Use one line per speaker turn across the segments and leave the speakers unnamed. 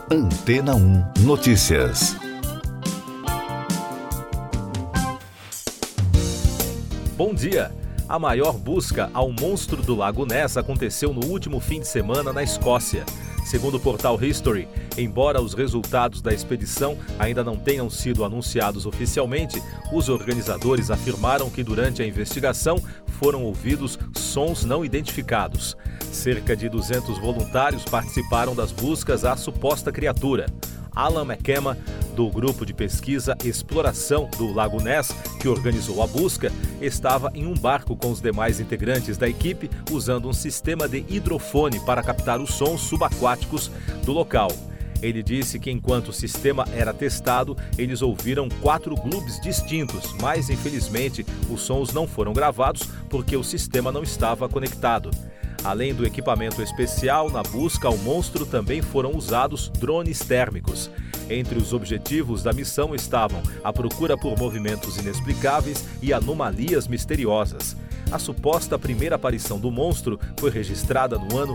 Antena 1 Notícias.
Bom dia! A maior busca ao monstro do Lago Ness aconteceu no último fim de semana na Escócia. Segundo o portal History, embora os resultados da expedição ainda não tenham sido anunciados oficialmente, os organizadores afirmaram que durante a investigação foram ouvidos sons não identificados. Cerca de 200 voluntários participaram das buscas à suposta criatura. Alan McKenna, do grupo de pesquisa e exploração do Lago Ness, que organizou a busca, estava em um barco com os demais integrantes da equipe usando um sistema de hidrofone para captar os sons subaquáticos do local. Ele disse que enquanto o sistema era testado, eles ouviram 4 glubes distintos, mas infelizmente os sons não foram gravados porque o sistema não estava conectado. Além do equipamento especial, na busca ao monstro também foram usados drones térmicos. Entre os objetivos da missão estavam a procura por movimentos inexplicáveis e anomalias misteriosas. A suposta primeira aparição do monstro foi registrada no ano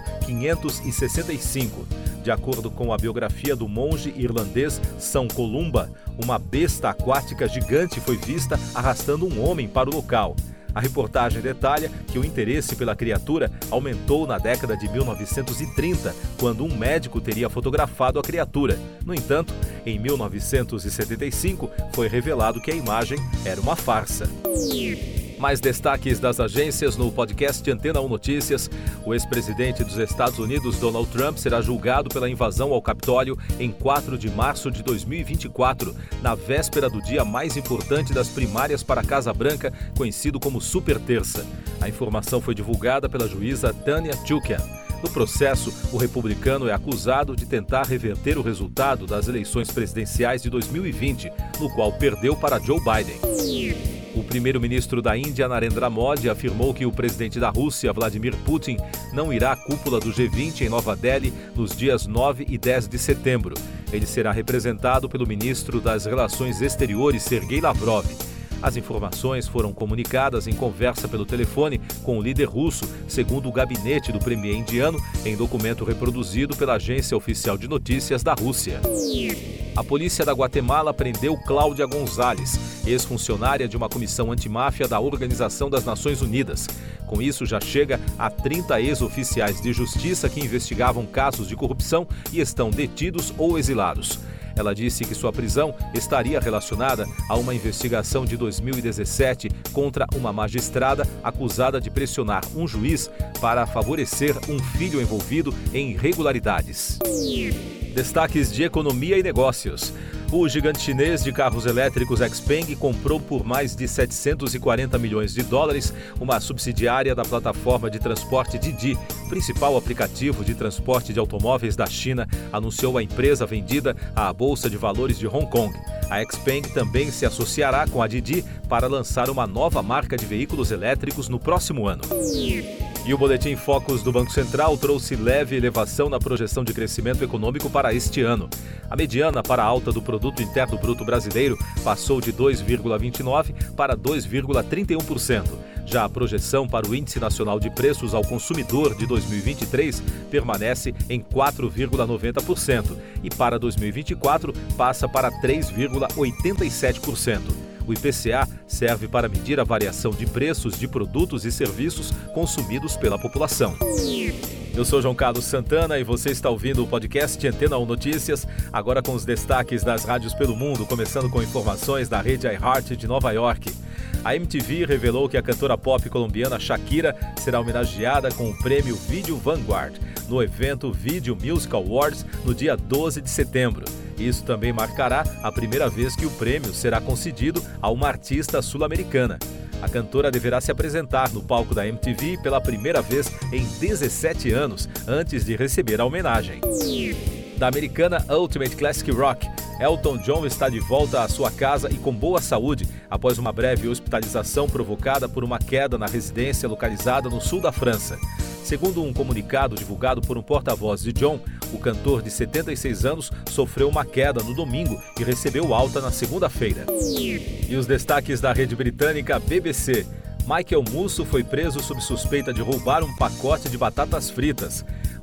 565. De acordo com a biografia do monge irlandês São Columba, uma besta aquática gigante foi vista arrastando um homem para o local. A reportagem detalha que o interesse pela criatura aumentou na década de 1930, quando um médico teria fotografado a criatura. No entanto, em 1975, foi revelado que a imagem era uma farsa. Mais destaques das agências no podcast Antena 1 Notícias. O ex-presidente dos Estados Unidos, Donald Trump, será julgado pela invasão ao Capitólio em 4 de março de 2024, na véspera do dia mais importante das primárias para a Casa Branca, conhecido como Super Terça. A informação foi divulgada pela juíza Tanya Chutkan. No processo, o republicano é acusado de tentar reverter o resultado das eleições presidenciais de 2020, no qual perdeu para Joe Biden. O primeiro-ministro da Índia, Narendra Modi, afirmou que o presidente da Rússia, Vladimir Putin, não irá à cúpula do G20 em Nova Delhi nos dias 9 e 10 de setembro. Ele será representado pelo ministro das Relações Exteriores, Sergei Lavrov. As informações foram comunicadas em conversa pelo telefone com o líder russo, segundo o gabinete do premier indiano, em documento reproduzido pela agência oficial de notícias da Rússia. A polícia da Guatemala prendeu Cláudia Gonzalez, ex-funcionária de uma comissão antimáfia da Organização das Nações Unidas. Com isso, já chega a 30 ex-oficiais de justiça que investigavam casos de corrupção e estão detidos ou exilados. Ela disse que sua prisão estaria relacionada a uma investigação de 2017 contra uma magistrada acusada de pressionar um juiz para favorecer um filho envolvido em irregularidades. Destaques de economia e negócios. O gigante chinês de carros elétricos XPeng comprou por mais de 740 milhões de dólares uma subsidiária da plataforma de transporte Didi, principal aplicativo de transporte de automóveis da China, anunciou a empresa vendida à Bolsa de Valores de Hong Kong. A XPeng também se associará com a Didi para lançar uma nova marca de veículos elétricos no próximo ano. E o Boletim Focus do Banco Central trouxe leve elevação na projeção de crescimento econômico para este ano. A mediana para a alta do Produto Interno Bruto Brasileiro passou de 2,29% para 2,31%. Já a projeção para o Índice Nacional de Preços ao Consumidor de 2023 permanece em 4,90% e para 2024 passa para 3,87%. O IPCA serve para medir a variação de preços de produtos e serviços consumidos pela população. Eu sou João Carlos Santana e você está ouvindo o podcast Antena 1 Notícias, agora com os destaques das rádios pelo mundo, começando com informações da rede iHeart de Nova York. A MTV revelou que a cantora pop colombiana Shakira será homenageada com o prêmio Video Vanguard no evento Video Music Awards no dia 12 de setembro. Isso também marcará a primeira vez que o prêmio será concedido a uma artista sul-americana. A cantora deverá se apresentar no palco da MTV pela primeira vez em 17 anos, antes de receber a homenagem. Da americana Ultimate Classic Rock, Elton John está de volta à sua casa e com boa saúde, após uma breve hospitalização provocada por uma queda na residência localizada no sul da França. Segundo um comunicado divulgado por um porta-voz de John, o cantor de 76 anos sofreu uma queda no domingo e recebeu alta na segunda-feira. E os destaques da rede britânica BBC. Michael Musso foi preso sob suspeita de roubar um pacote de batatas fritas.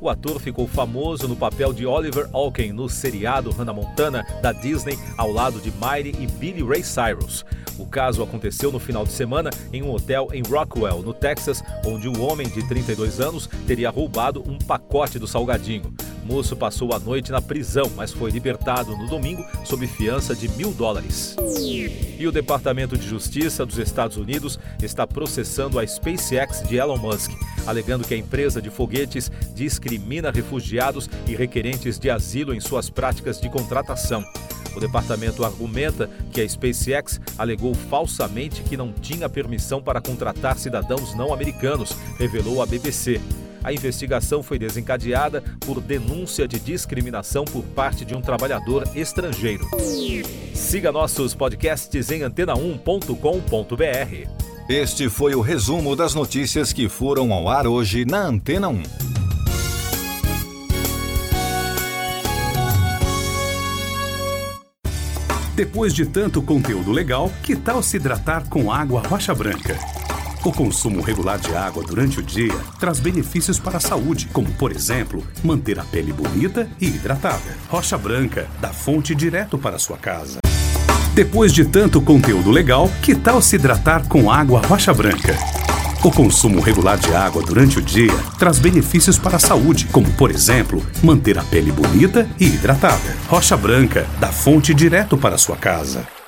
O ator ficou famoso no papel de Oliver Olken no seriado Hannah Montana da Disney, ao lado de Miley e Billy Ray Cyrus. O caso aconteceu no final de semana em um hotel em Rockwell, no Texas, onde um homem de 32 anos teria roubado um pacote do salgadinho. O moço passou a noite na prisão, mas foi libertado no domingo sob fiança de $1.000. E o Departamento de Justiça dos Estados Unidos está processando a SpaceX de Elon Musk, alegando que a empresa de foguetes discrimina refugiados e requerentes de asilo em suas práticas de contratação. O departamento argumenta que a SpaceX alegou falsamente que não tinha permissão para contratar cidadãos não americanos, revelou a BBC. A investigação foi desencadeada por denúncia de discriminação por parte de um trabalhador estrangeiro. Siga nossos podcasts em antena1.com.br.
Este foi o resumo das notícias que foram ao ar hoje na Antena 1.
Depois de tanto conteúdo legal, que tal se hidratar com água Rocha Branca? O consumo regular de água durante o dia traz benefícios para a saúde, como, por exemplo, manter a pele bonita e hidratada. Rocha Branca, da fonte direto para a sua casa. Depois de tanto conteúdo legal, que tal se hidratar com água Rocha Branca? O consumo regular de água durante o dia traz benefícios para a saúde, como, por exemplo, manter a pele bonita e hidratada. Rocha Branca, da fonte direto para a sua casa.